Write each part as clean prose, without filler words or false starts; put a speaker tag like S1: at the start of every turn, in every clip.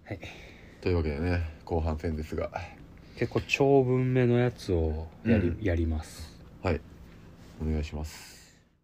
S1: はい、
S2: というわけでね、後半戦ですが、
S1: 結構長文目のやつをやります。
S2: はい、お願いします。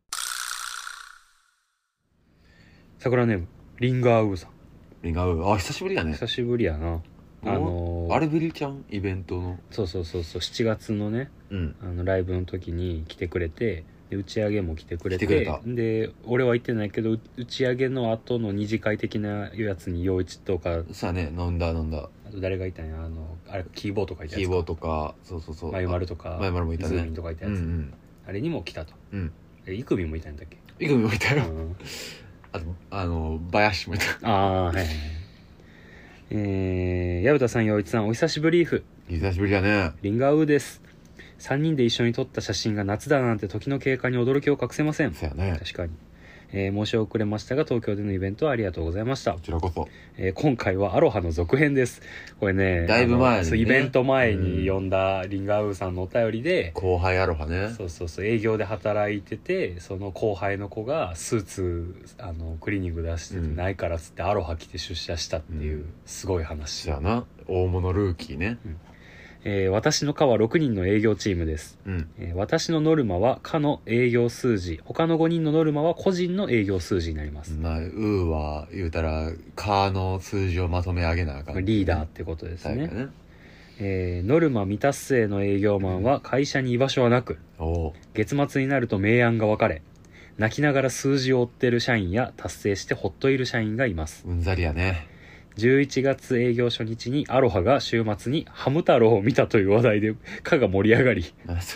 S1: 桜ネームリンガーウーさん。
S2: リンガー、久しぶりやね。
S1: 久しぶりやな。
S2: あれぶりちゃんイベントの。
S1: そう7月のね、ライブの時に来てくれて、で打ち上げも来てくれて、で俺は行ってないけど打ち上げの後の二次会的なやつに陽一とか
S2: さあね、飲んだ。
S1: あと誰がいたんや、あれキーボーとかいたやつか、
S2: キーボーとか、そう
S1: まゆまるとか、
S2: まゆまるもいたね、
S1: ズーミンとかいたやつ、あれにも来たと。イクミもいたんだっけ。
S2: イクミもいたよ、あとバヤシもいた。
S1: はいはい。矢蓋さん、陽一さん、お久しぶり。久
S2: しぶりだね。
S1: リンガーウーです。3人で一緒に撮った写真が夏だなんて時の経過に驚きを隠せません。
S2: そうやね。
S1: 確かに。申し遅れましたが東京でのイベントはありがとうございました。
S2: こちらこそ。
S1: 今回はアロハの続編です。これね、
S2: だいぶ前にね、
S1: イベント前に読んだリンガーウーさんのお便りで、
S2: 後輩アロハね。
S1: そう営業で働いてて、その後輩の子がスーツクリーニング出しててないからっつってアロハ着て出社したっていうすごい話。
S2: そうやな、大物ルーキーね。
S1: 私の課は6人の営業チームです。私のノルマは課の営業数字、他の5人のノルマは個人の営業数字になります。
S2: ウーは言うたら課の数字をまとめ上げなあかん、ね、
S1: リーダーってことですね。ノルマ未達成の営業マンは会社に居場所はなく、月末になると明暗が分かれ、泣きながら数字を追ってる社員や達成してほっといる社員がいます。
S2: うんざりやね。
S1: 11月営業初日にアロハが週末にハム太郎を見たという話題で課が盛り上がり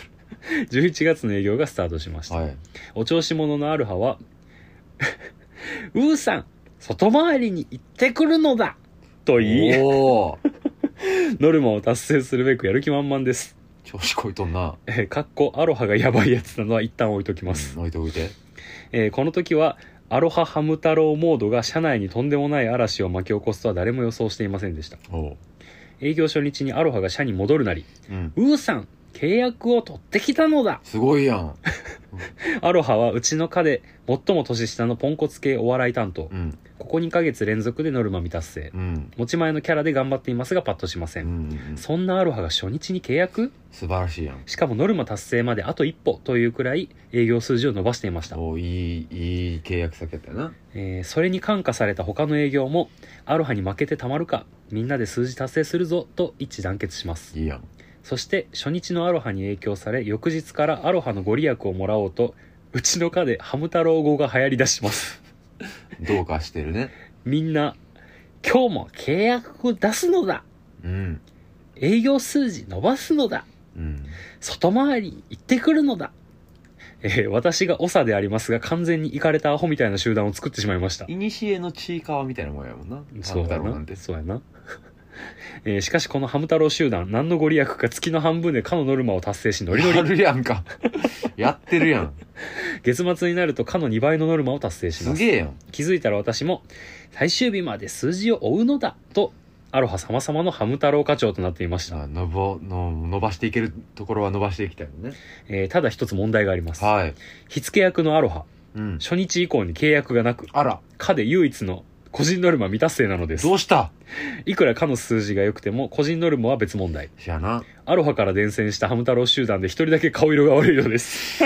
S1: 11月の営業がスタートしました、お調子者のアロハはウーさん外回りに行ってくるのだと言いノルマを達成するべくやる気満々です。
S2: 調子こいとんな。
S1: かっこアロハがやばいやつなのは一旦置いときます、
S2: 置いておいて。
S1: この時はアロハハム太郎モードが社内にとんでもない嵐を巻き起こすとは誰も予想していませんでした。営業初日にアロハが社に戻るなり、ウーさん契約を取ってきたのだ。
S2: すごいやん。
S1: アロハはうちの課で最も年下のポンコツ系お笑い担当、ここ2ヶ月連続でノルマ未達成、持ち前のキャラで頑張っていますがパッとしません、そんなアロハが初日に契約？
S2: 素晴らしいやん。
S1: しかもノルマ達成まであと一歩というくらい営業数字を伸ばしていました。
S2: いい契約先やったよな。
S1: それに感化された他の営業もアロハに負けてたまるか、みんなで数字達成するぞと一致団結します。
S2: いいやん。
S1: そして初日のアロハに影響され、翌日からアロハのご利益をもらおうとうちの課でハム太郎語が流行り出します
S2: どうかしてるね。
S1: みんな今日も契約を出すのだ、営業数字伸ばすのだ、外回りに行ってくるのだ。私が長でありますが完全にイカれたアホみたいな集団を作ってしまいました。
S2: いにしえのちいかわみたいなもんやもんな。
S1: そうだな。そうやな。しかしこのハム太郎集団何のご利益か月の半分で課のノルマを達成しノリノリ。
S2: やるやんか。やってるやん。
S1: 月末になると課の2倍のノルマを達成します。
S2: すげえやん。
S1: 気づいたら私も最終日まで数字を追うのだとアロハ様々のハム太郎課長となっていました。
S2: 伸ばしていけるところは伸ばしていきたいもんね。
S1: ただ一つ問題があります。火付け役のアロハ、初日以降に契約がなく、課で唯一の個人ノルマ未達成なのです。
S2: どうした？
S1: いくら課の数字が良くても個人ノルマは別問題。
S2: しやな。
S1: アロハから伝染したハム太郎集団で一人だけ顔色が悪いのです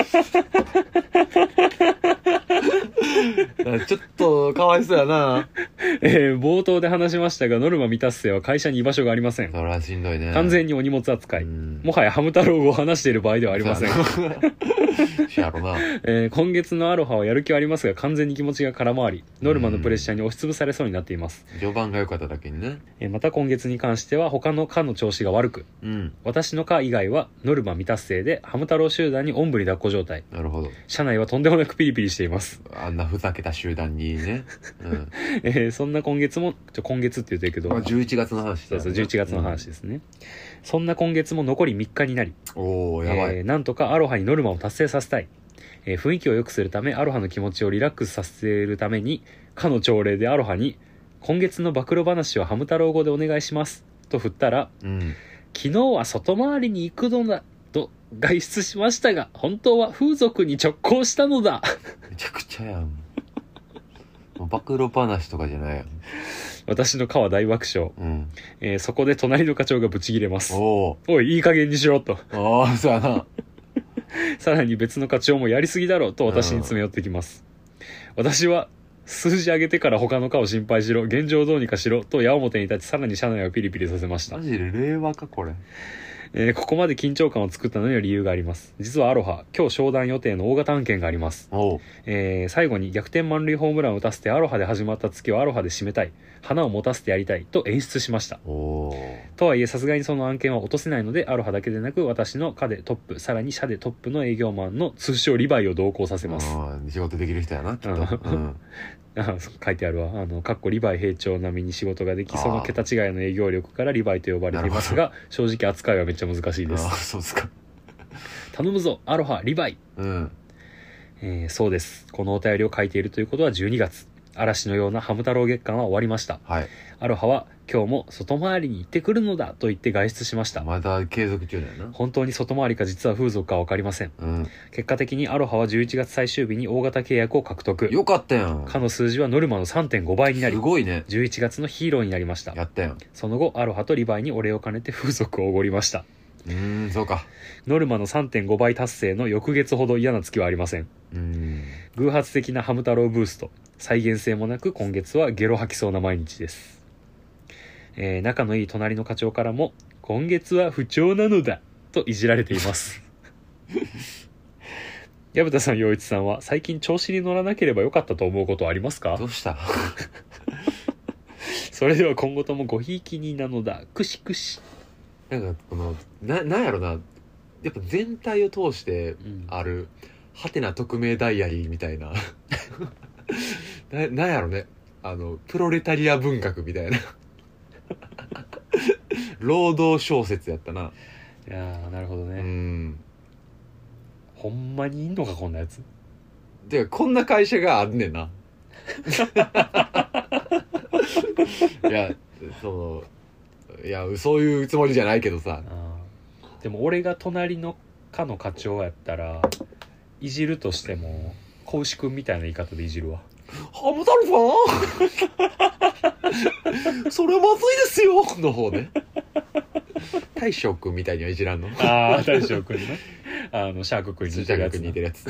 S2: ちょっとかわいそうやな。
S1: 冒頭で話しましたがノルマ未達成は会社に居場所がありません。
S2: それはしんどいね。
S1: 完全にお荷物扱い、もはやハム太郎語を話している場合ではありません
S2: やろな。
S1: 今月のアロハはやる気はありますが完全に気持ちが空回り、ノルマのプレッシャーに押しつぶされそうになっています。
S2: 序盤が良かっただけにね。
S1: また今月に関しては他の課の調子が悪く、私の課以外はノルマ未達成でハム太郎集団におんぶに抱っこ状態。
S2: なるほど。
S1: 社内はとんでもなくピリピリしています。
S2: あんなふざけた集団にね、
S1: そんな今月も今月って言ってるけど、
S2: 11月の話だ、
S1: そう11月の話ですね、そんな今月も残り3日になり、
S2: やばい、
S1: なんとかアロハにノルマを達成させたい、雰囲気を良くするためアロハの気持ちをリラックスさせるために課の朝礼でアロハに今月の暴露話をハム太郎語でお願いしますと振ったら、昨日は外回りに行くのだと外出しましたが本当は風俗に直行したのだ。
S2: めちゃくちゃやん。もう暴露話とかじゃないやん。
S1: 私の課は大爆笑、そこで隣の課長がブチギレます。
S2: お
S1: いい加減にしろと。
S2: ああそうやな。
S1: さらに別の課長もやりすぎだろうと私に詰め寄ってきます。私は数字上げてから他の課を心配しろ、現状どうにかしろと矢面に立ち、さらに社内をピリピリさせました。
S2: マジで令和かこれ。
S1: ここまで緊張感を作ったのには理由があります。実はアロハ、今日商談予定の大型案件があります。最後に逆転満塁ホームランを打たせてアロハで始まった月をアロハで締めたい、花を持たせてやりたいと演出しました。とはいえさすがにその案件は落とせないので、アロハだけでなく私の課でトップ、さらに社でトップの営業マンの通称リヴァイを同行させます。
S2: 仕事できる人やなきっと。
S1: 書いてあるわ。かっこリヴァイ兵長並みに仕事ができ、その桁違いの営業力からリヴァイと呼ばれていますが、正直扱いはめっちゃ難しいです。
S2: そうですか。
S1: 頼むぞアロハリヴァイ。そうです。このお便りを書いているということは12月、嵐のようなハム太郎月間は終わりました。アロハは今日も外回りに行ってくるのだと言って外出しました。
S2: まだ継続中だよな。
S1: 本当に外回りか実は風俗か分かりません。結果的にアロハは11月最終日に大型契約を獲得。
S2: よかったやん。
S1: かの数字はノルマの 3.5 倍になり、
S2: すごいね。
S1: 11月のヒーローになりました。
S2: やったやん。
S1: その後アロハとリヴァイにお礼を兼ねて風俗をおごりました。
S2: そうか。
S1: ノルマの 3.5 倍達成の翌月ほど嫌な月はありません。偶発的なハム太郎ブースト、再現性もなく今月はゲロ吐きそうな毎日です。仲のいい隣の課長からも今月は不調なのだといじられています薮田さん陽一さんは最近調子に乗らなければよかったと思うことはありますか？
S2: どうした
S1: それでは今後ともごひいきになのだ、くしくし。
S2: なんかこのなんやろな、やっぱ全体を通してある、ハテナ匿名ダイアリーみたいななんやろね、プロレタリア文学みたいな労働小説やったな。
S1: いやーなるほどね。ほんまにいんのかこんなやつ。
S2: でこんな会社があんねんな。いやそういうつもりじゃないけどさ。
S1: でも俺が隣の課の課長やったらいじるとしても子牛くんみたいな言い方でいじるわ。
S2: ハム太郎さんそれはまずいですよの方ね。大将くんみたいにはいじらんの。
S1: 大将くんね。シャークくんに似てるやつ。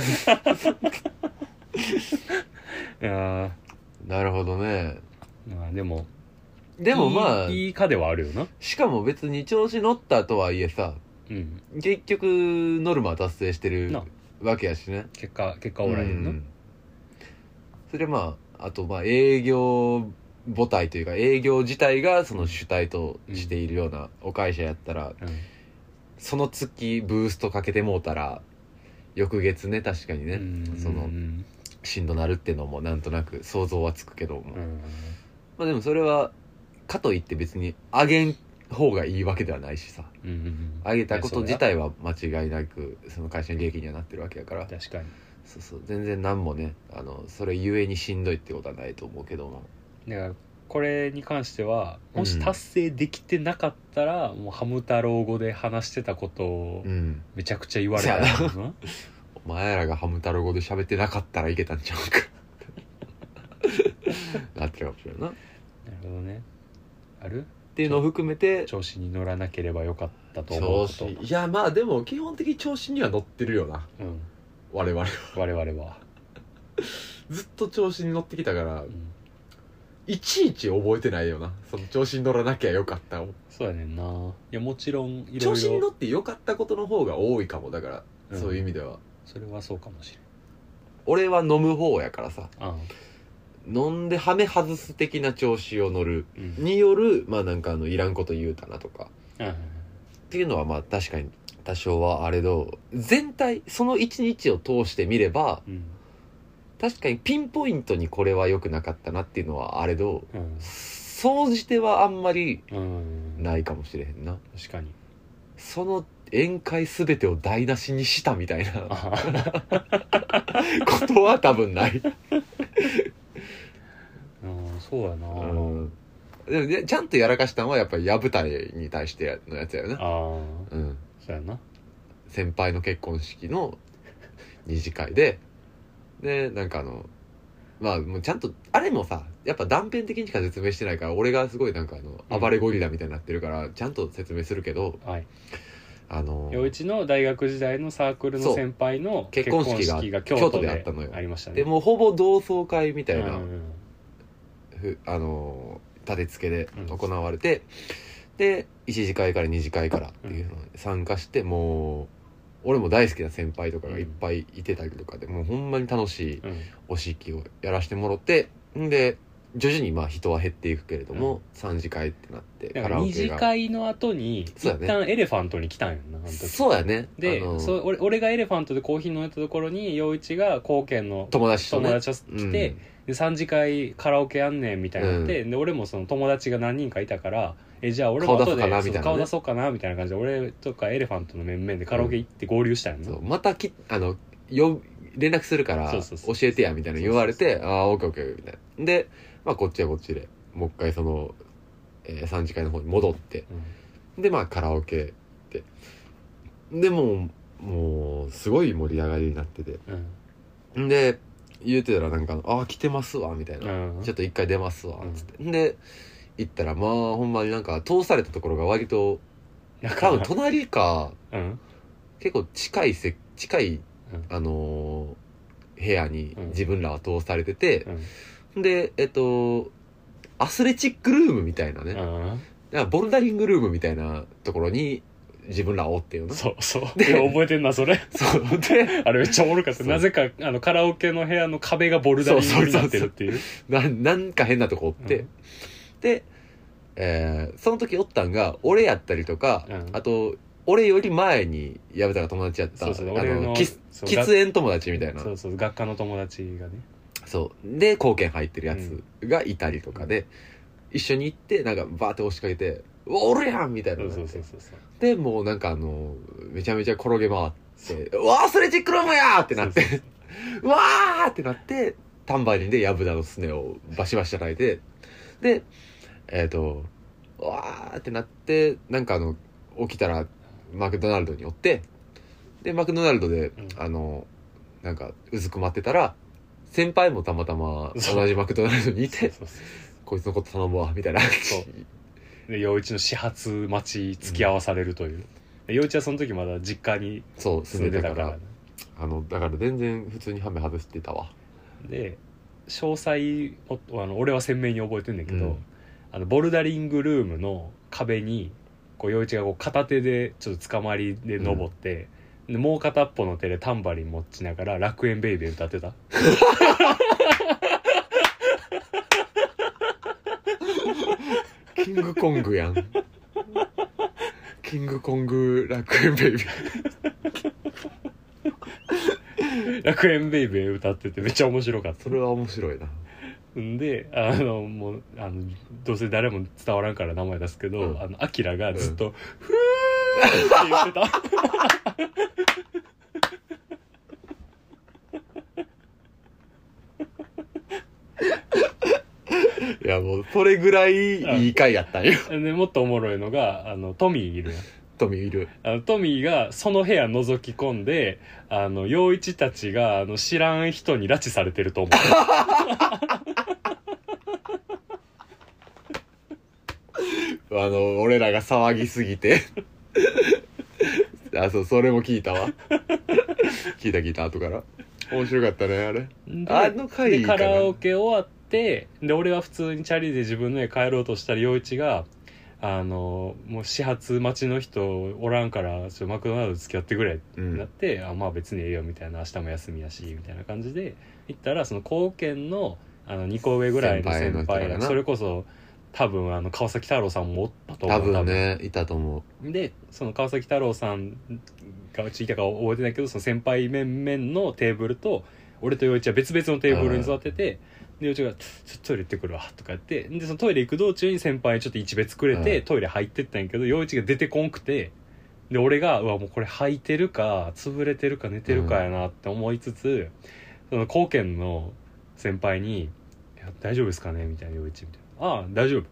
S2: なるほどね。でもまあ
S1: いい課ではあるよな。
S2: しかも別に調子乗ったとはいえさ、結局ノルマ達成してるわけやしね。
S1: 結果おらへんの。
S2: それあと営業母体というか営業自体がその主体としているようなお会社やったら、その月ブーストかけてもうたら翌月ね、確かにね、そのしんどなるってのもなんとなく想像はつくけども、でもそれはかといって別に上げん方がいいわけではないしさ、上げたこと自体は間違いなくその会社の利益にはなってるわけやから。
S1: 確かに。
S2: そう全然何もね、それゆえにしんどいってことはないと思うけども。
S1: だからこれに関してはもし達成できてなかったら、もうハム太郎語で話してたことをめちゃくちゃ言われたな、
S2: お前らがハム太郎語で喋ってなかったらいけたんちゃうかなってるかもしれんな。なる
S1: ほどね。ある
S2: っていうのを含めて
S1: 調子に乗らなければよかったと思うこと。
S2: いやでも基本的に調子には乗ってるよな、我々はずっと調子に乗ってきたから、いちいち覚えてないよな、その調子に乗らなきゃよかったを。
S1: そうやねんな。いやもちろんいろいろ
S2: 調子に乗ってよかったことの方が多いかも。だから、そういう意味では
S1: それはそうかもしれん。
S2: 俺は飲む方やからさ、飲んでハメ外す的な調子を乗るによる、なんかいらんこと言うたなとか、っていうのは確かに多少はあれど、全体その一日を通してみれば、確かにピンポイントにこれは良くなかったなっていうのはあれど、総じてはあんまりないかもしれへんな。
S1: 確かに。
S2: その宴会すべてを台無しにしたみたいなことは多分ない
S1: そうやな。
S2: でもちゃんとやらかしたのはやっぱり矢部隊に対してのやつやよな。
S1: そうやな。
S2: 先輩の結婚式の二次会でなんかまあもうちゃんとあれもさやっぱ断片的にしか説明してないから俺がすごいなんか暴れゴリラみたいになってるから、ちゃんと説明するけど、
S1: はい、陽一の大学時代のサークルの先輩の結婚式が京都であったのよ。ありましたね。
S2: でもうほぼ同窓会みたいな、立て付けで行われて、で1次会から2次会からっていうのに参加して、もう俺も大好きな先輩とかがいっぱいいてたりとかで、もうほんまに楽しいお式をやらせてもらって、で徐々にまあ人は減っていくけれども、3次会ってなって
S1: カラオケが2次会の後に一旦エレファントに来たんよな、あの時。
S2: そうやね。
S1: で、俺がエレファントでコーヒー飲んでたところに陽一が高健の
S2: 友達と
S1: 来て、で3次会カラオケやんねんみたいになって、で俺もその友達が何人かいたから、じゃあ俺も後で顔出そうかなみたいな感じで、俺とかエレファントの面々でカラオケ行って合流したんやな。
S2: そうまた連絡するから教えてやみたいな言われて、ああオッケーオッケーみたいな。でまあこっちはこっちでもう一回その、3次会の方に戻って、でまあカラオケってでもうすごい盛り上がりになってて、で言うてたらなんか来てますわみたいな、ちょっと一回出ますわつって、で行ったらまあほんまになんか通されたところが割と多分隣か、結構近い部屋に自分らは通されてて、でアスレチックルームみたいなね、だからボルダリングルームみたいなところに自分らおってよな。
S1: そうで覚えてんなそれ。そうであれめっちゃおもろかった。なぜかカラオケの部屋の壁がボルダリングになってるっていう。
S2: なんか変なとこおって、で、その時おったんが俺やったりとか、あと俺より前に矢部が友達やった喫煙友達みたいな、
S1: そう学科の友達がね、
S2: そうで貢献入ってるやつがいたりとかで、一緒に行ってなんかバーって押しかけて「おるやん!」みたいな。でもうなんかめちゃめちゃ転げ回って「うわアスレチックルームや!」ってなって「うわー!」ってなってタンバリンで矢部のすねをバシバシ叩いて、でうわーってなって、なんか起きたらマクドナルドに寄って、でマクドナルドでなんかうずくまってたら先輩もたまたま同じマクドナルドにいて、こいつのこと頼むわみたいな。
S1: そうで陽一の始発待ち付き合わされるという、陽一はその時まだ実家に住んでたから、
S2: だから全然普通にハメ外してたわ。
S1: で詳細を俺は鮮明に覚えてんだけど、ボルダリングルームの壁に陽一が片手でちょっと捕まりで登って、でもう片っぽの手でタンバリン持ちながら楽園ベイベー歌ってた。キングコングやん。キングコング楽園ベイベー。楽園ベイベー歌っててめっちゃ面白かった。
S2: それは面白いな。
S1: んでもうどうせ誰も伝わらんから名前出すけど、アキラがずっと「ふー」って言ってた。
S2: いやもうそれぐらいいい回やったんよ。
S1: でもっとおもろいのがトミーいるやん。
S2: トミーいる。
S1: トミーがその部屋覗き込んで陽一たちが知らん人に拉致されてると思う。
S2: 俺らが騒ぎすぎてそれも聞いたわ。聞いた後から面白かったねあれ。回
S1: でカラオケ終わってで俺は普通にチャリで自分の家帰ろうとしたら陽一がもう始発待ちの人おらんからマクドナルド付き合ってくれってなって、まあ別にええよみたいな、明日も休みやしみたいな感じで行ったら、その高健の2個上ぐらいの先輩がそれこそ多分川崎太郎さんもおったと思う。
S2: 多分ねいたと思
S1: う。でその川崎太郎さんがうちいたか覚えてないけど、その先輩面々のテーブルと俺と陽一は別々のテーブルに座ってて、で陽一がちょっとトイレ行ってくるわとか言って、でそのトイレ行く道中に先輩にちょっと一別くれて、トイレ入ってったんやけど陽一が出てこんくて、で俺がもうこれ吐いてるか潰れてるか寝てるかやなって思いつつ、その高健の先輩にいや大丈夫ですかねみたいな、陽一みたいな、ああ大丈夫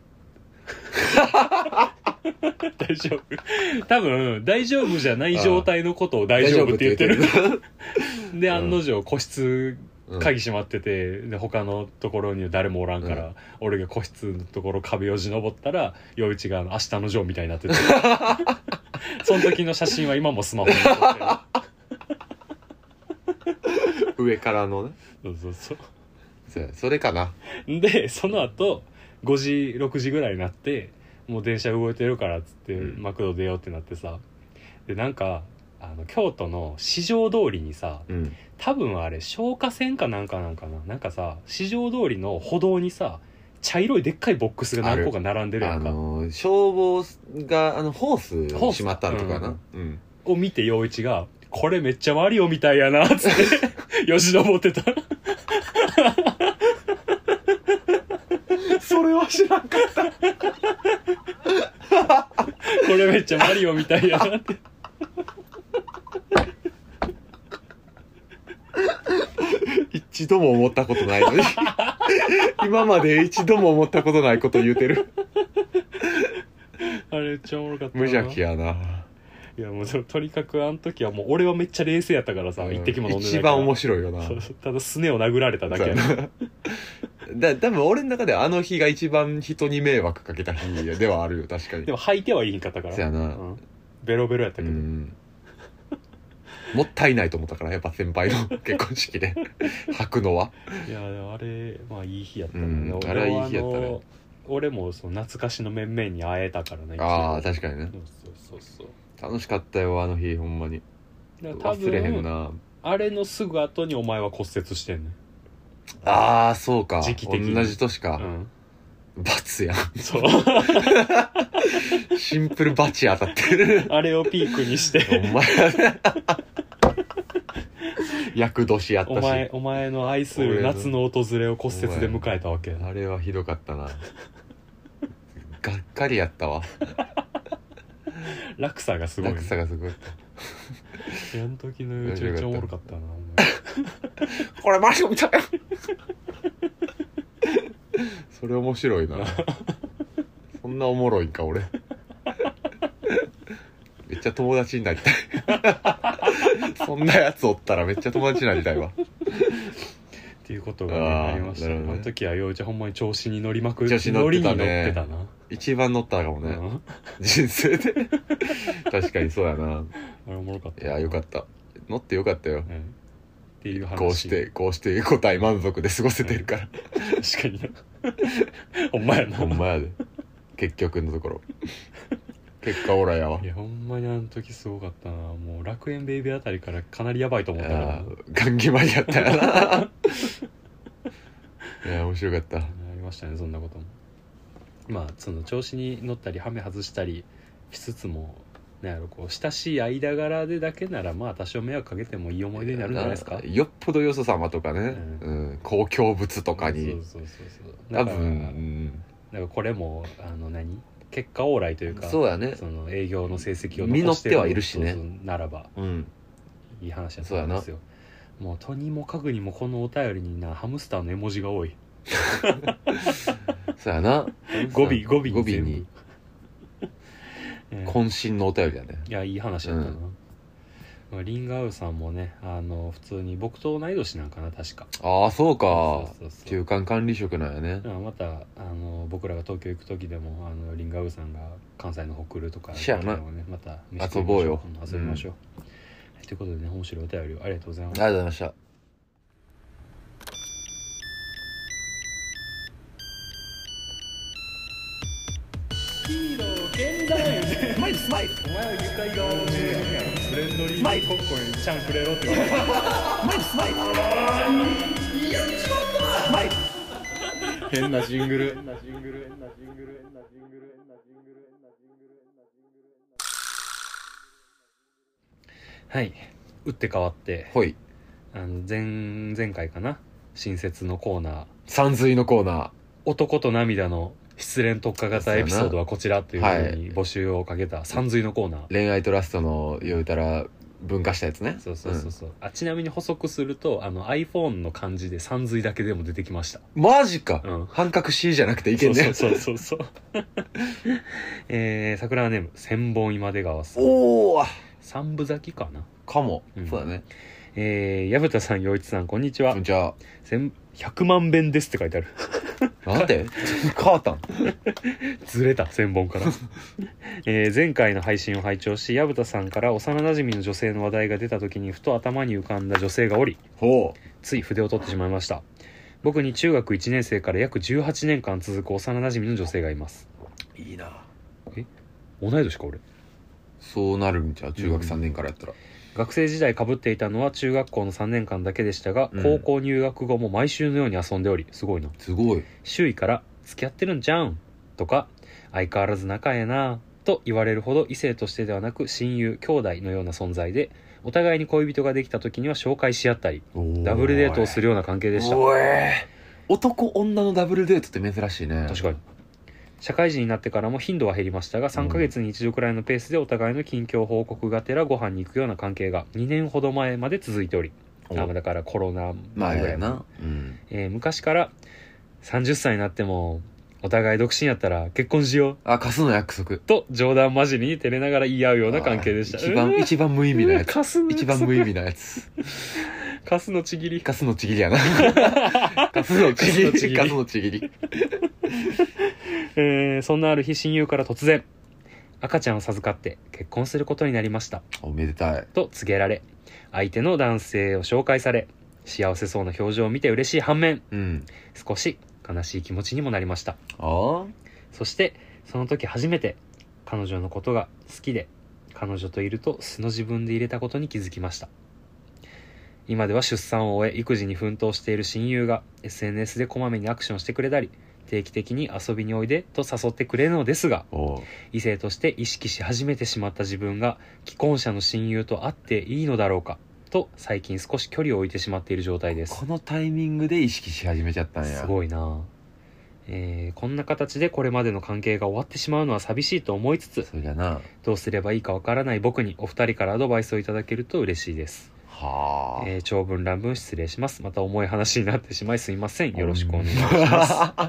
S1: 大丈夫多分大丈夫じゃない状態のことを大丈夫って言ってるで案の定個室鍵閉まってて、で他のところに誰もおらんから、俺が個室のところ壁よじ登ったら陽一が明日のジョーみたいになっててその時の写真は今もスマホに撮ってる
S2: 上からのね。それかな。
S1: でその後5時6時ぐらいになって、もう電車動いてるからっつって、マクド出ようってなってさ、でなんか京都の四条通りにさ、多分あれ消火栓かなんかなんかな、なんかさ四条通りの歩道にさ茶色いでっかいボックスが何個か並んでるやんか。
S2: 消防がホースをしまったんとかな、
S1: を見て陽一がこれめっちゃマリオみたいやなっつってよじ登ってた
S2: それは知らんかった
S1: これめっちゃマリオみたいやなって
S2: 一度も思ったことないのに今まで一度も思ったことないこと言うてる
S1: あれめっちゃおもろかったな。
S2: 無邪気やな。
S1: いやもうとにかくあの時はもう俺はめっちゃ冷静やったからさ、一滴も飲んでないから
S2: 一番面白いよな。
S1: ただすねを殴られただけやな
S2: 多分俺の中であの日が一番人に迷惑かけた日ではあるよ。確かに。
S1: でも吐いてはいいんかったから。
S2: そうやな、
S1: ベロベロやったけど、
S2: もったいないと思ったから、やっぱ先輩の結婚式で吐くのは。
S1: いやでもあれまあいい日やったね、
S2: あれはいい日やったね。
S1: 俺もその懐かしの面々に会えたからね。
S2: ああ確かにね。
S1: そう
S2: 楽しかったよあの日、ほんまに。忘れへんな。
S1: あれのすぐ後にお前は骨折してんねん。
S2: ああそうか、
S1: 時期的に
S2: 同じ年か、罰やん。
S1: そう
S2: シンプルバチ当たってる
S1: あれをピークにして
S2: お前厄年やったし、
S1: お前の愛する夏の訪れを骨折で迎えたわけや。
S2: あれはひどかったながっかりやったわ
S1: 落差がすごい、
S2: 落差がすごい
S1: あの時のめちゃめちゃおもろかったな
S2: これマジみたいそれ面白いなそんなおもろいんか俺めっちゃ友達になりたいそんなやつおったらめっちゃ友達になりたいわ
S1: っていうことが、ね、ありました、ね、あの時は陽一ほんまに調子に乗りまくって
S2: 調子乗ってたね。
S1: 乗ってたな。
S2: 一番乗ったかもね、人生で確かにそうやな。
S1: あれおもろかった。
S2: いやよかった、乗ってよかったよ、
S1: っていう話。
S2: こうして答え満足で過ごせてるから、
S1: 確かになほんまやな。
S2: ほんまやで結局のところ結果オーラやわ。
S1: いやほんまにあの時すごかったな。もう楽園ベイビーあたりからかなりやばいと思ったから
S2: ガン決まりやったよないや面白かった。
S1: ありましたねそんなことも。まあその調子に乗ったりハメ外したりしつつもなんやろこう親しい間柄でだけならまあ多少迷惑かけてもいい思い出になるんじゃないですか。
S2: よっぽどよそ様とかね、公共物とかに
S1: そう
S2: 多分、
S1: なんかこれも結果オーライというか、
S2: そうやね、
S1: その営業の成績を
S2: 残してはいるしね、
S1: ならば、いい話だと思うんですよ。もうとにもかくにもこのお便りになハムスターの絵文字が多い
S2: そうやな
S1: 語尾に
S2: 渾身のお便りだね。
S1: いやいい話だったな、リンガウさんもね普通に僕と同い年なんかな確か。
S2: ああそうか、
S1: そう
S2: 中間管理職なんやね。
S1: また僕らが東京行く時でもリンガウさんが関西の方来るとか、
S2: しゃあな、
S1: また
S2: 遊ぼうよ、
S1: 遊びましょう、ということでね面白いお便りをありがとうございます。
S2: ありがとうございました。
S1: ヒーロー現代
S2: スマイルスマイル、
S1: お前は愉快側をしてるんやろ。フレンドリーコッコにちゃんくれろって言われた。
S2: スマイルスマイル、やっちまったスマイル、
S1: 変なジングル。はい、打って変わって
S2: ほい、
S1: 前回かな、新設のコーナー、
S2: 山水のコーナー、
S1: 男と涙の失恋特化型エピソードはこちらというふうに募集をかけた山水のコーナー、
S2: 恋愛とラストの言うたら分化したやつね。
S1: そう、ちなみに補足するとiPhone の漢字で山水だけでも出てきました。
S2: マジか、半角 C じゃなくていけんね。
S1: そう桜ネーム千本今出川さん。
S2: おお、
S1: 三部咲きかな
S2: かも、そうだね。
S1: 薮田さん、陽一さん、こんにちは。
S2: じゃあ
S1: 100万遍ですって書いてある。
S2: なんで変わったん
S1: ずれた、1000本から。前回の配信を拝聴し、薮田さんから幼馴染の女性の話題が出た時にふと頭に浮かんだ女性がおり、つい筆を取ってしまいました。僕に中学1年生から約18年間続く幼馴染の女性がいます。
S2: いいな。
S1: 同い年か俺。
S2: そうなるんちゃう、中学3年からやったら。
S1: 学生時代被っていたのは中学校の3年間だけでしたが、高校入学後も毎週のように遊んでおり、すごいな。
S2: すごい。
S1: 周囲から付き合ってるんじゃんとか、相変わらず仲ええなと言われるほど異性としてではなく親友、兄弟のような存在で、お互いに恋人ができた時には紹介し合ったり、ダブルデートをするような関係でした。
S2: 男女のダブルデートって珍しいね。
S1: 確かに。社会人になってからも頻度は減りましたが、3ヶ月に一度くらいのペースでお互いの近況報告がてらご飯に行くような関係が2年ほど前まで続いており、だからコロナ前ぐらいな、昔から30歳になってもお互い独身やったら結婚しよう、
S2: カスの約束
S1: と冗談交じりに照れながら言い合うような関係でした。
S2: 一番無意味なやつ。
S1: 一
S2: 番無意味なやつ。
S1: カスのちぎり。
S2: カスのちぎりやな。カスのちぎり。
S1: そんなある日、親友から突然赤ちゃんを授かって結婚することになりました。
S2: おめでたい
S1: と告げられ、相手の男性を紹介され、幸せそうな表情を見て嬉しい反面、少し悲しい気持ちにもなりました。そしてその時初めて彼女のことが好きで、彼女といると素の自分で入れたことに気づきました。今では出産を終え育児に奮闘している親友が SNS でこまめにアクションしてくれたり、定期的に遊びにおいでと誘ってくれるのですが、異性として意識し始めてしまった自分が既婚者の親友と会っていいのだろうかと最近少し距離を置いてしまっている状態です。
S2: このタイミングで意識し始めちゃったんや。
S1: すごいな。こんな形でこれまでの関係が終わってしまうのは寂しいと思いつつ、
S2: そうじゃな、
S1: どうすればいいかわからない僕にお二人からアドバイスをいただけると嬉しいです。長文乱文失礼します。また重い話になってしまいすいません。よろしくお願いします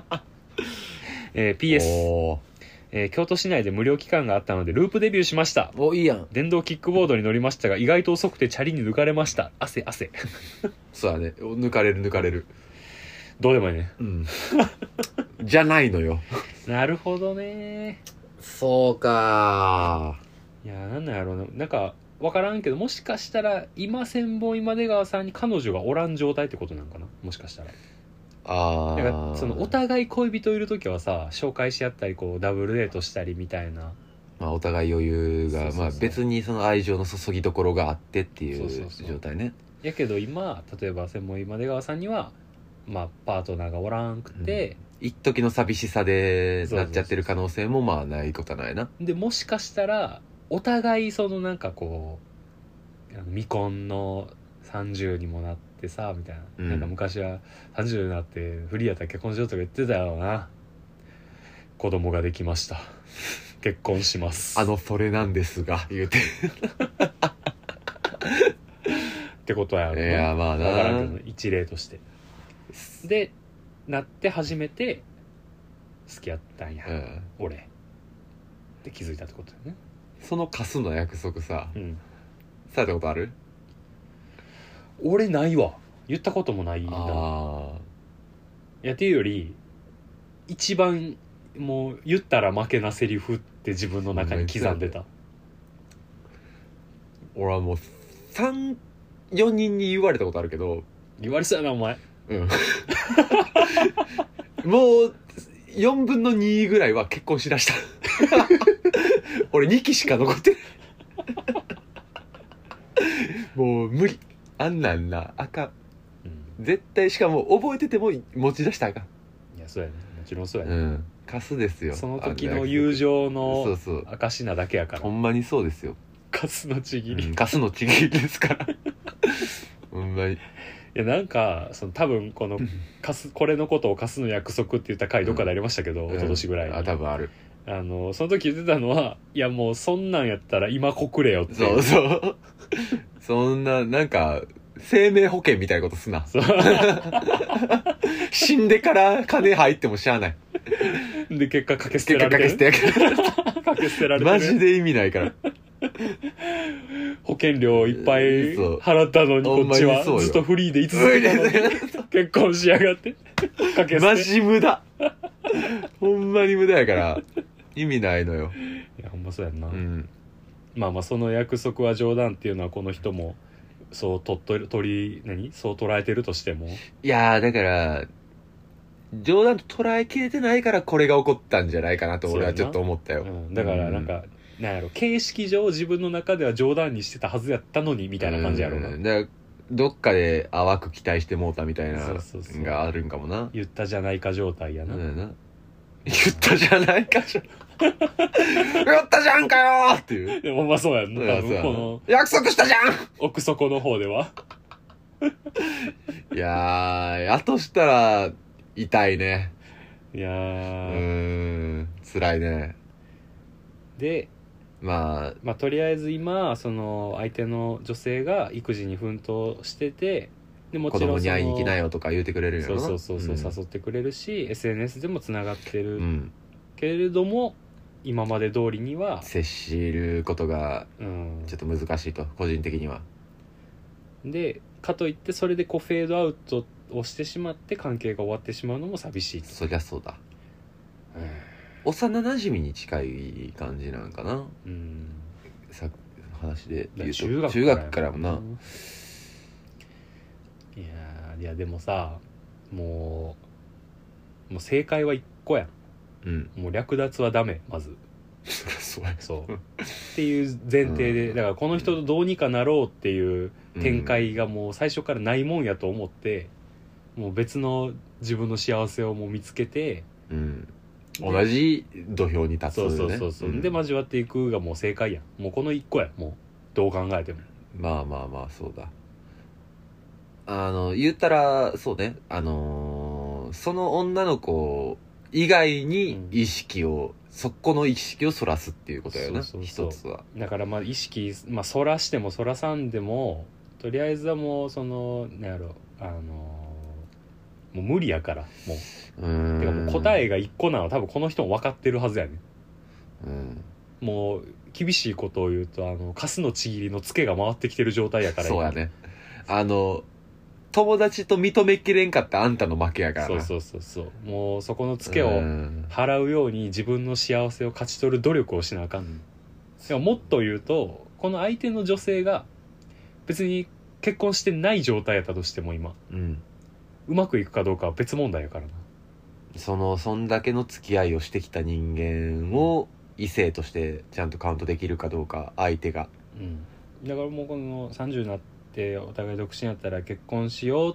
S1: 。PS、京都市内で無料期間があったのでループデビューしました。
S2: いいやん。
S1: 電動キックボードに乗りましたが意外と遅くてチャリに抜かれました。汗
S2: そうだね、抜かれる。
S1: どうでもいいね。
S2: じゃないのよ。
S1: なるほどね。
S2: そうか。
S1: いや、なんなんやろうな。なんか分からんけど、もしかしたら今千本今出川さんに彼女がおらん状態ってことなんかな、もしかしたら。だからそのお互い恋人いるときはさ、紹介し合ったりこうダブルデートしたりみたいな、
S2: お互い余裕が別にその愛情の注ぎどころがあってっていう状態ね。
S1: やけど今例えば千本今出川さんにはパートナーがおらんくて、
S2: 一時の寂しさでなっちゃってる可能性もないことはないな。
S1: でもしかしたらお互いそのなんかこう未婚の30にもなってさみたいな、なんか昔は30になってフリーやったら結婚しようとか言ってたよな。子供ができました結婚します、
S2: それなんですが言うて
S1: ってことやろな。
S2: いやまあな、
S1: 分からんけど一例としてでなって初めて付き合ったんや、俺って気づいたってことだよね。
S2: そのカスの約束さ、されたことある？
S1: 俺ないわ。言ったこともないな。いやっていうより一番もう言ったら負けなセリフって自分の中に刻んでた。
S2: 俺はもう 3,4 人に言われたことあるけど。
S1: 言われそうやなお前。
S2: もう4分の2ぐらいは結婚しだした俺2期しか残ってないもう無理、あんなんなあかん、絶対。しかも覚えてても持ち出したらあかん。
S1: いやそうやね、もちろんそうやね、
S2: カスですよ。
S1: その時の友情の証なだけやから。
S2: ほんまにそうですよ。
S1: カスのちぎり、
S2: カスのちぎりですからほんまに。
S1: いやなんかその多分このこれのことをカスの約束って言った回どっかでありましたけど、一昨年ぐらいに。
S2: 多分ある。
S1: その時言ってたのは、いやもうそんなんやったら今告れよって。
S2: そうそんななんか生命保険みたいなことすな死んでから金入ってもしゃあない
S1: で結果かけ捨てられてる。
S2: かけ捨てられてるマジで意味ないから
S1: 保険料いっぱい払ったのにこっちはずっとフリーで居続けたのに結婚しやがってかけ
S2: マジ無駄ほんまに無駄やから意味ないのよ。
S1: いやほんまそうやんな、
S2: うん、
S1: まあまあその約束は冗談っていうのはこの人もそうそう捉えてるとしても、
S2: いやーだから冗談と捉えきれてないからこれが起こったんじゃないかなと俺はちょっと思ったよ、
S1: だからなんか、なんやろ形式上自分の中では冗談にしてたはずやったのにみたいな感じやろうな、
S2: だからどっかで淡く期待してもうたみたいながあるんかもな。
S1: 言ったじゃないか状態やな、
S2: 言ったじゃないか言ったじゃんかよーっていう。
S1: でもまあそうやんな、多分この
S2: 約束したじゃん
S1: 奥底の方で
S2: はいやーやとしたら痛いね。
S1: いやー
S2: 辛いね。
S1: でまあとりあえず今その相手の女性が育児に奮闘してて、でもちろん
S2: 子供に会いに行きなよとか言うてくれるよな。
S1: そう、誘ってくれるし SNS でもつながってる、けれども今まで通りには
S2: 接しることがちょっと難しいと、個人的には。
S1: でかといってそれでこうフェードアウトをしてしまって関係が終わってしまうのも寂しいと。
S2: そりゃそうだ、幼馴染に近い感じなんかな、さ話で言うと中学からもな、
S1: いやでもさもう正解は一個やん、もう略奪はダメまずそうっていう前提で、だからこの人とどうにかなろうっていう展開がもう最初からないもんやと思って、もう別の自分の幸せをもう見つけて、
S2: 同じ土俵に立つ、ね、
S1: そう、で交わっていくがもう正解やん。もうこの一個やもうどう考えても。
S2: まあそうだ。言ったらそうね、その女の子以外に意識を、そこの意識をそらすっていうことやな、一つは。だ
S1: からまあ意識、そらしてもそらさんでもとりあえずはもうそのなんやろもう無理やからもう。てかもう答えが一個なの多分この人も分かってるはずやね、もう厳しいことを言うとカスのちぎりのツケが回ってきてる状態やから。
S2: そうやね、友達と認めきれんかったあんたの負けやからな。
S1: そうもうそこのツケを払うように自分の幸せを勝ち取る努力をしなあかんねん。でももっと言うとこの相手の女性が別に結婚してない状態やったとしても今、うまくいくかどうかは別問題やからな。
S2: そんだけの付き合いをしてきた人間を異性としてちゃんとカウントできるかどうか、相手が、
S1: だからもうこの30になってお互い独身やったら結婚しようって、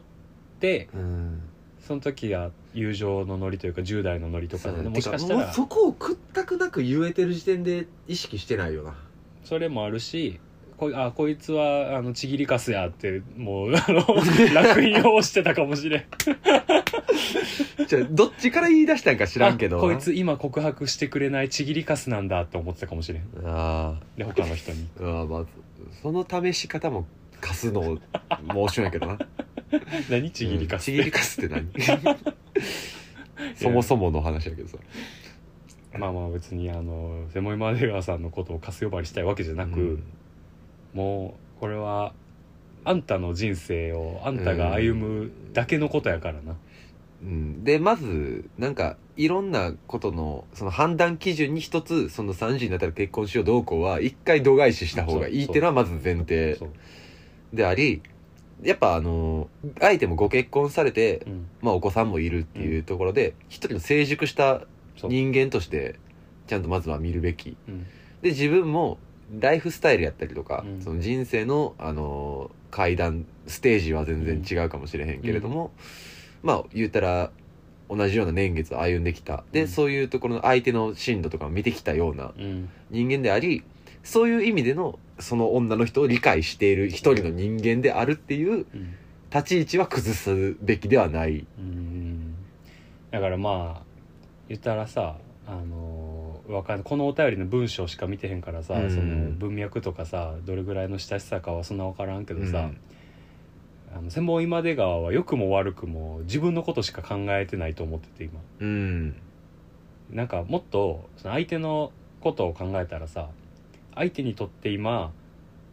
S1: その時は友情のノリというか10代のノリとかで、ね、もしかしたら
S2: もうそこを屈託なく言えてる時点で意識してないよな。
S1: それもあるし、こいつはちぎりかすやってもう楽印を押してたかもしれん
S2: じゃあどっちから言い出したんか知らんけど、
S1: こいつ今告白してくれないちぎりかすなんだって思ってたかもしれん。で他の人に
S2: まあ、その試し方もかすのモーションやけどな
S1: 何ちぎりかす、
S2: ちぎりかすって何そもそもの話やけどさ、
S1: まあ別にセモイマーデガーさんのことをカス呼ばわりしたいわけじゃなく、もうこれはあんたの人生をあんたが歩むだけのことやからな、
S2: でまずなんかいろんなことのその判断基準に一つ、その30になったら結婚しようどうこうは一回度外視した方がいいっていうのはまず前提であり、やっぱ相手もご結婚されて、お子さんもいるっていうところで、一人の成熟した人間としてちゃんとまずは見るべき、で自分もライフスタイルやったりとか、その人生の階段ステージは全然違うかもしれへんけれども、言ったら同じような年月を歩んできた、でそういうところの相手の進路とかを見てきたような人間であり、そういう意味でのその女の人を理解している一人の人間であるっていう立ち位置は崩すべきではない、
S1: だから言ったらさ、このお便りの文章しか見てへんからさ、その文脈とかさどれぐらいの親しさかはそんな分からんけどさ、千本今出川は良くも悪くも自分のことしか考えてないと思ってて今、なんかもっとその相手のことを考えたらさ、相手にとって今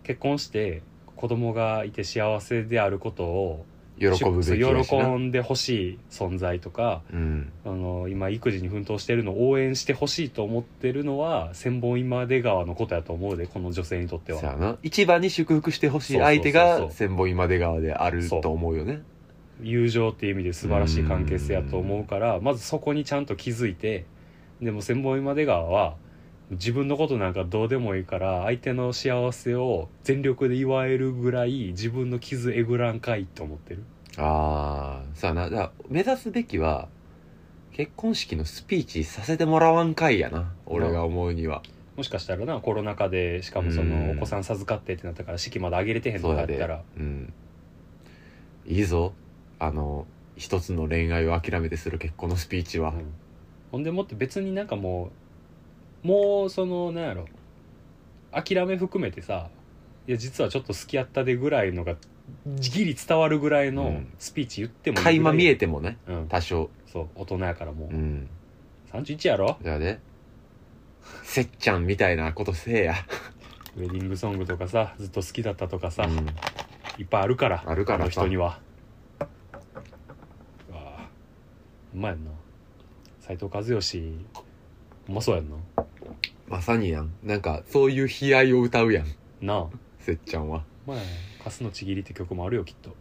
S1: 結婚して子供がいて幸せであることを
S2: 喜ぶべきだしな。
S1: 喜んでほしい存在とか、
S2: うん、
S1: 今育児に奮闘してるのを応援してほしいと思ってるのは千本今出川のことやと思うで、この女性にとっては。
S2: そうやな。一番に祝福してほしい相手が千本今出川であると思うよね。
S1: 友情っていう意味で素晴らしい関係性やと思うから、まずそこにちゃんと気づいて、でも千本今出川は自分のことなんかどうでもいいから相手の幸せを全力で祝えるぐらい自分の傷えぐらんかいと思ってる。
S2: ああ、さあな。だから目指すべきは結婚式のスピーチさせてもらわんかいやな、俺が思うには。
S1: もしかしたらな、コロナ禍でしかもそのお子さん授かってってなったから式まだ上げれてへんとかやったら、
S2: うん、いいぞ、一つの恋愛を諦めてする結婚のスピーチは、
S1: ほんでもって別になんかもうそのなんやろ、諦め含めてさ、いや実はちょっと好きやったでぐらいのがギリ伝わるぐらいのスピーチ言ってもいいぐらい、
S2: 垣間見えてもね、多少。
S1: そう、大人やからもう、31やろ。
S2: じゃあね、せっちゃんみたいなことせえや。
S1: ウェディングソングとかさ、ずっと好きだったとかさ、いっぱいあるから、あの人には。うわうまいな斉藤和義、うまそうやんな。
S2: まさにやん、なんかそういう悲哀を歌うやん
S1: なあ、
S2: せっちゃんは。
S1: まあカスのちぎりって曲もあるよきっと。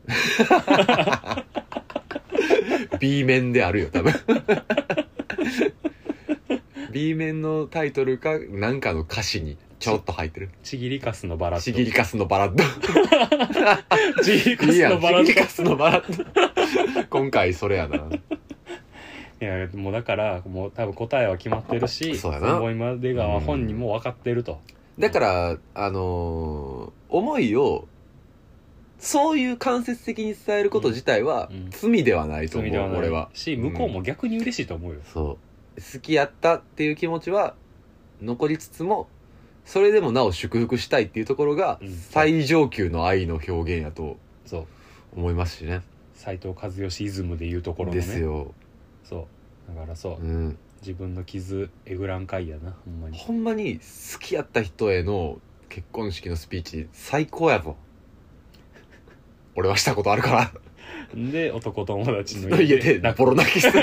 S2: B 面であるよ多分。B 面のタイトルかなんかの歌詞にちょっと入ってる。
S1: ちぎりカスのバラッド。
S2: ちぎりカスのバラッド。
S1: ちぎりカスのバラッド。
S2: ちぎりカスのバラッド。今回それやな。い
S1: やもうだからもう多分答えは決まってるし、
S2: そうやな。
S1: 今出川本人も分かってると。
S2: だから思いをそういう間接的に伝えること自体は罪ではないと思う、
S1: 罪ではない
S2: 俺は。
S1: し、向こうも逆に嬉しいと思うよ。
S2: そう好きやったっていう気持ちは残りつつも、それでもなお祝福したいっていうところが最上級の愛の表現やと思いますしね。
S1: 斉藤和義イズムでいうところのね。
S2: ですよ。
S1: そうだからそう、自分の傷えぐらんかいやな、ほんまに。
S2: ほんまに好きやった人への結婚式のスピーチ最高やぞ。俺はしたことあるから。
S1: で男友達の
S2: 家でボロ泣きする。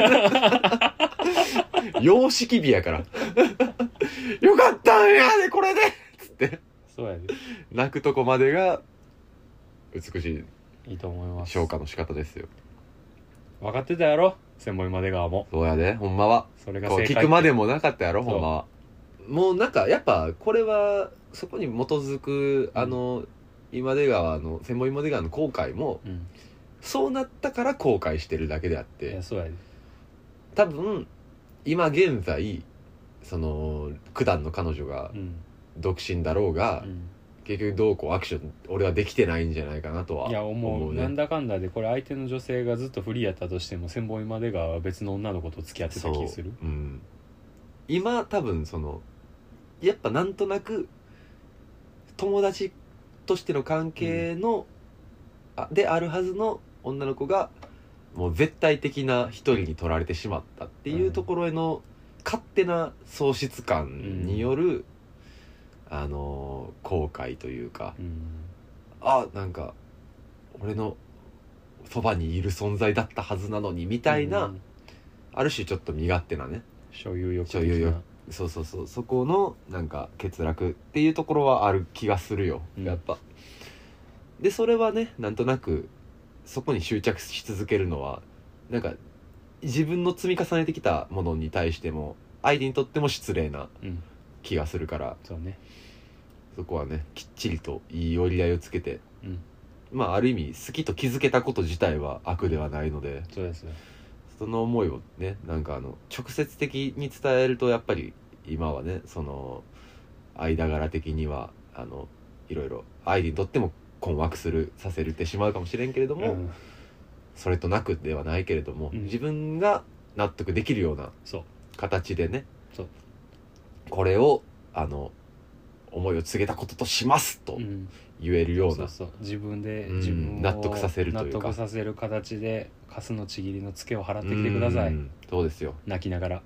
S2: 様式美やから。よかったんやでこれでつって
S1: そうやで、
S2: 泣くとこまでが美しい、
S1: いいと思います。
S2: 消化の仕方ですよ。
S1: 分かってたやろ千本今出川も。
S2: そうやで、ほんまは。
S1: それが正解。
S2: 聞くまでもなかったやろ、ほんまは。もうなんかやっぱこれはそこに基づく今出川の千本今出川の後悔も、そうなったから後悔してるだけであって、
S1: いやそうやで、
S2: 多分今現在その九段の彼女が独身だろうが、結局どうこうアクション俺はできてないんじゃないかなとは思うね。
S1: なんだかんだでこれ相手の女性がずっとフリーやったとしても千本今出川は別の女の子と付き合ってた気する。
S2: 今多分そのやっぱなんとなく友達としての関係の、であるはずの女の子がもう絶対的な一人に取られてしまったっていうところへの勝手な喪失感による、後悔というか、なんか俺のそばにいる存在だったはずなのにみたいな、ある種ちょっと身勝手なね、
S1: 所有欲的な、
S2: そうそこのなんか欠落っていうところはある気がするよ、やっぱ。でそれはね、なんとなくそこに執着し続けるのはなんか自分の積み重ねてきたものに対しても相手にとっても失礼な気がするから、
S1: そうね、
S2: そこはねきっちりといい折り合いをつけて、まあある意味好きと気づけたこと自体は悪ではないので、
S1: そうです。
S2: その思いをね、なんか直接的に伝えるとやっぱり今はね、その間柄的にはいろいろ相手にとっても困惑させてしまうかもしれんけれども、それとなくではないけれども、自分が納得できるような形でね、これを思いを告げたこととしますと言えるような、
S1: 自分で自分を
S2: 納得させるというか、
S1: 納得させる形でカスのちぎりのツケを払ってきてください。
S2: そうですよ、
S1: 泣きながら。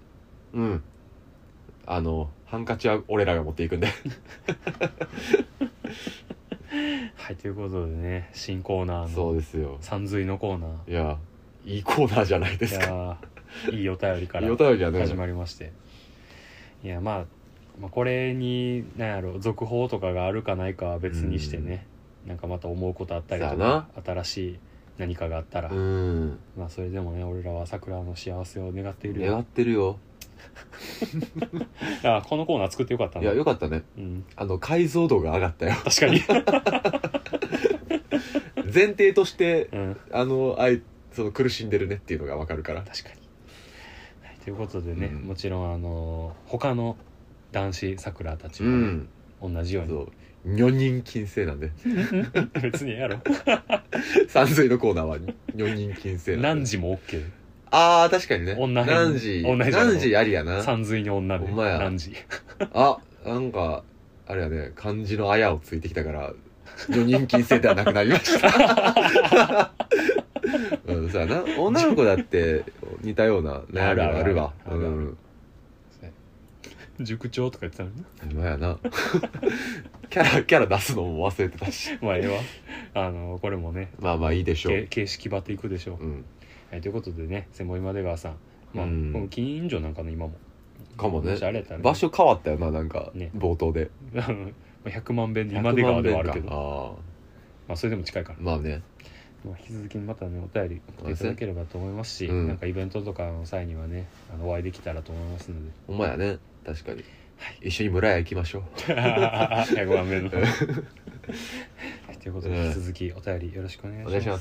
S2: ハンカチは俺らが持っていくんで
S1: はい、ということでね、新コーナー
S2: そう
S1: の
S2: ですよ。
S1: さんずいのコーナー。
S2: いやいいコーナーじゃないですか。
S1: いいお便りか
S2: い
S1: ら
S2: いお便りやね。
S1: 始まりまして、いやまあこれに何やろ続報とかがあるかないかは別にしてね、なんかまた思うことあったりとか新しい何かがあったら、まあそれでもね、俺らは桜の幸せを願っているよ。
S2: 願ってるよ。
S1: このコーナー作ってよかったね。
S2: いやよかったね、解像度が上がったよ。
S1: 確かに
S2: 前提として、その苦しんでるねっていうのが分かるから。
S1: 確かに、はい、ということでね、もちろん他の男子桜たちも、ね同じように
S2: 女人禁制なんで
S1: 別にやろ
S2: 山水のコーナーは女人禁制なんで
S1: 何時も OK。
S2: 確かにね。何時ありやな。
S1: 山水に女で
S2: ほんまや。
S1: 何時
S2: なんかあれやね、漢字のあやをついてきたから女人禁制ではなくなりましたそうやな。女の子だって似たような悩みがあるわ。
S1: 塾長とか言ってたのに
S2: ほんまやなキャラ出すのも忘れてたし
S1: まあええわ。これもね、
S2: まあいいでしょう。
S1: 形式ばっていくでしょう。はい、ということでね、専門今出川さん、この近所なんかの今も
S2: かもね。
S1: ね、
S2: 場所変わったよな、なんか、ね、冒頭で
S1: 100万遍今出川ではあるけど、まあそれでも近いから、
S2: まあね、
S1: 引き続きまたねお便り送っていただければと思いますし、なんかイベントとかの際にはねお会いできたらと思いますので。
S2: ほんまやね、確かに、一緒に村屋行きましょう
S1: 100万遍のということで、引き続きお便りよろしくお願いします。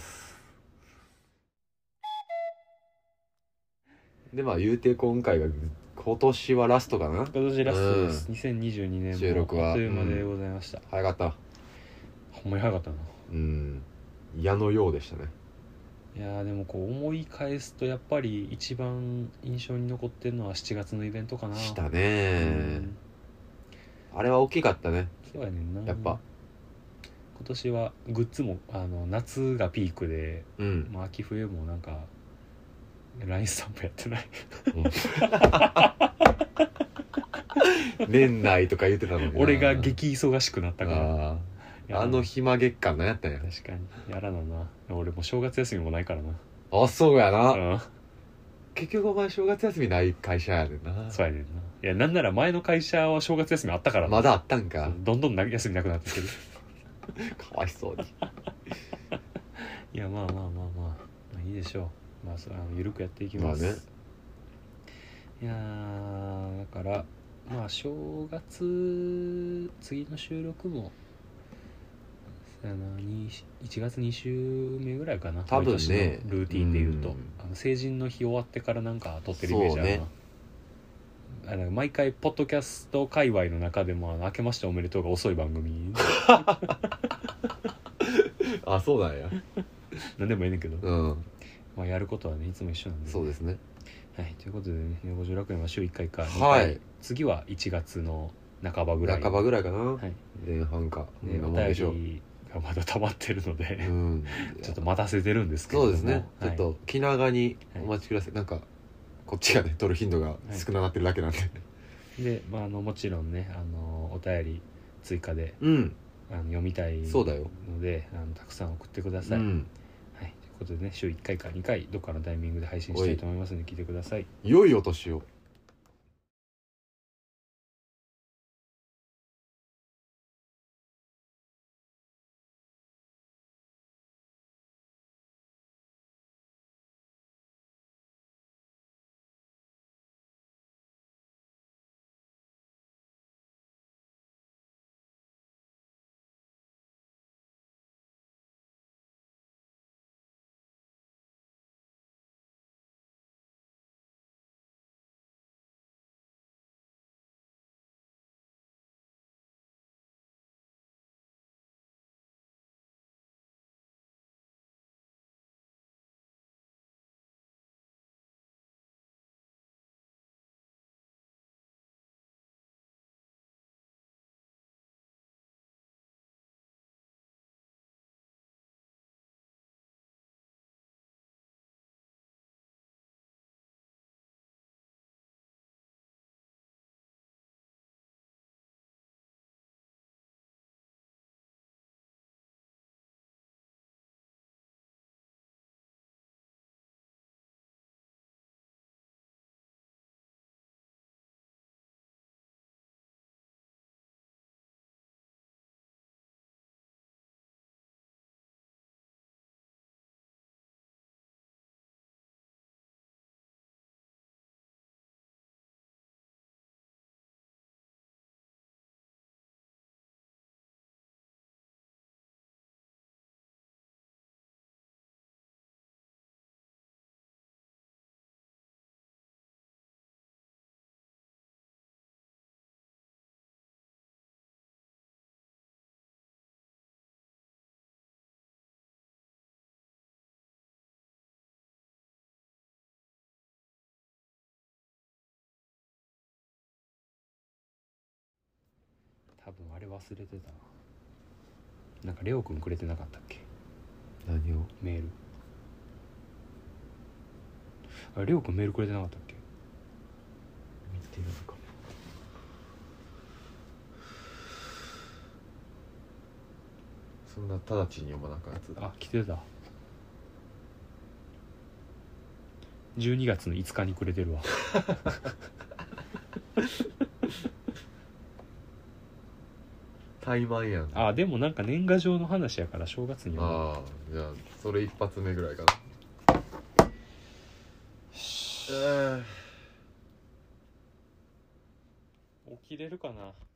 S2: で言うて今年はラストかな。
S1: 今年ラストです、2022年も
S2: 収録は
S1: あっという間でございました。
S2: 早かった。
S1: ほんまに早かったな。
S2: 矢のようでしたね。
S1: いやでも思い返すとやっぱり一番印象に残ってるのは7月のイベントかな。
S2: したね、あれは大きかったね。
S1: そうやねんな。
S2: やっぱ
S1: 今年はグッズも夏がピークで、秋冬もなんかラインスタンプやってない
S2: 年内とか言ってたのに
S1: 俺が激忙しくなったから。
S2: 暇月間何やったんや。
S1: 確かにやらなな。俺もう正月休みもないからな。
S2: そうやな、結局お前正月休みない会社やねんな。
S1: そうやねんな。いやなんなら前の会社は正月休みあったからな。
S2: まだあったんか。
S1: どんどん休みなくなってきてる
S2: かわいそうに
S1: いやまあいいでしょう。緩くやっていきます。いやだから正月次の収録も1月2週目ぐらいかな。
S2: 多分ね、
S1: ルーティンで言うと成人の日終わってからなんか撮ってるイメージあるな。毎回ポッドキャスト界隈の中でも明けましておめでとうが遅い番組
S2: そうなんや
S1: 何でもいいねんけど、やることはねいつも一緒なんで、
S2: そうですね。
S1: はい、ということでね、ネゴジョ楽園は週1回か2回、次は1月の半ばぐらい
S2: かな、前半か。
S1: お便りがまだ溜まってるので、ちょっと待たせてるんですけども。
S2: そうですね、ちょっと気長にお待ちください。なんかこっちがね撮る頻度が少なくなってるだけなんで、
S1: で、もちろんねお便り追加で、読みたいのでたくさん送ってください。はい、ということでね、週1回か2回どっかのタイミングで配信したいと思いますので聞いてください。
S2: 良いお年を。
S1: 多分あれ忘れてたな。なんかレオくんくれてなかったっけ、
S2: 何を？
S1: メール。あれレオくんメールくれてなかったっけ。
S2: 見てるのかも。そんな直ちに読まなかったやつだ。
S1: あ、来てた。12月の5日にくれてるわ。
S2: 怠慢やん。
S1: あ、でもなんか年賀状の話やから正月に読む。
S2: ああ、じゃあそれ一発目ぐらいかな。
S1: 起きれるかな。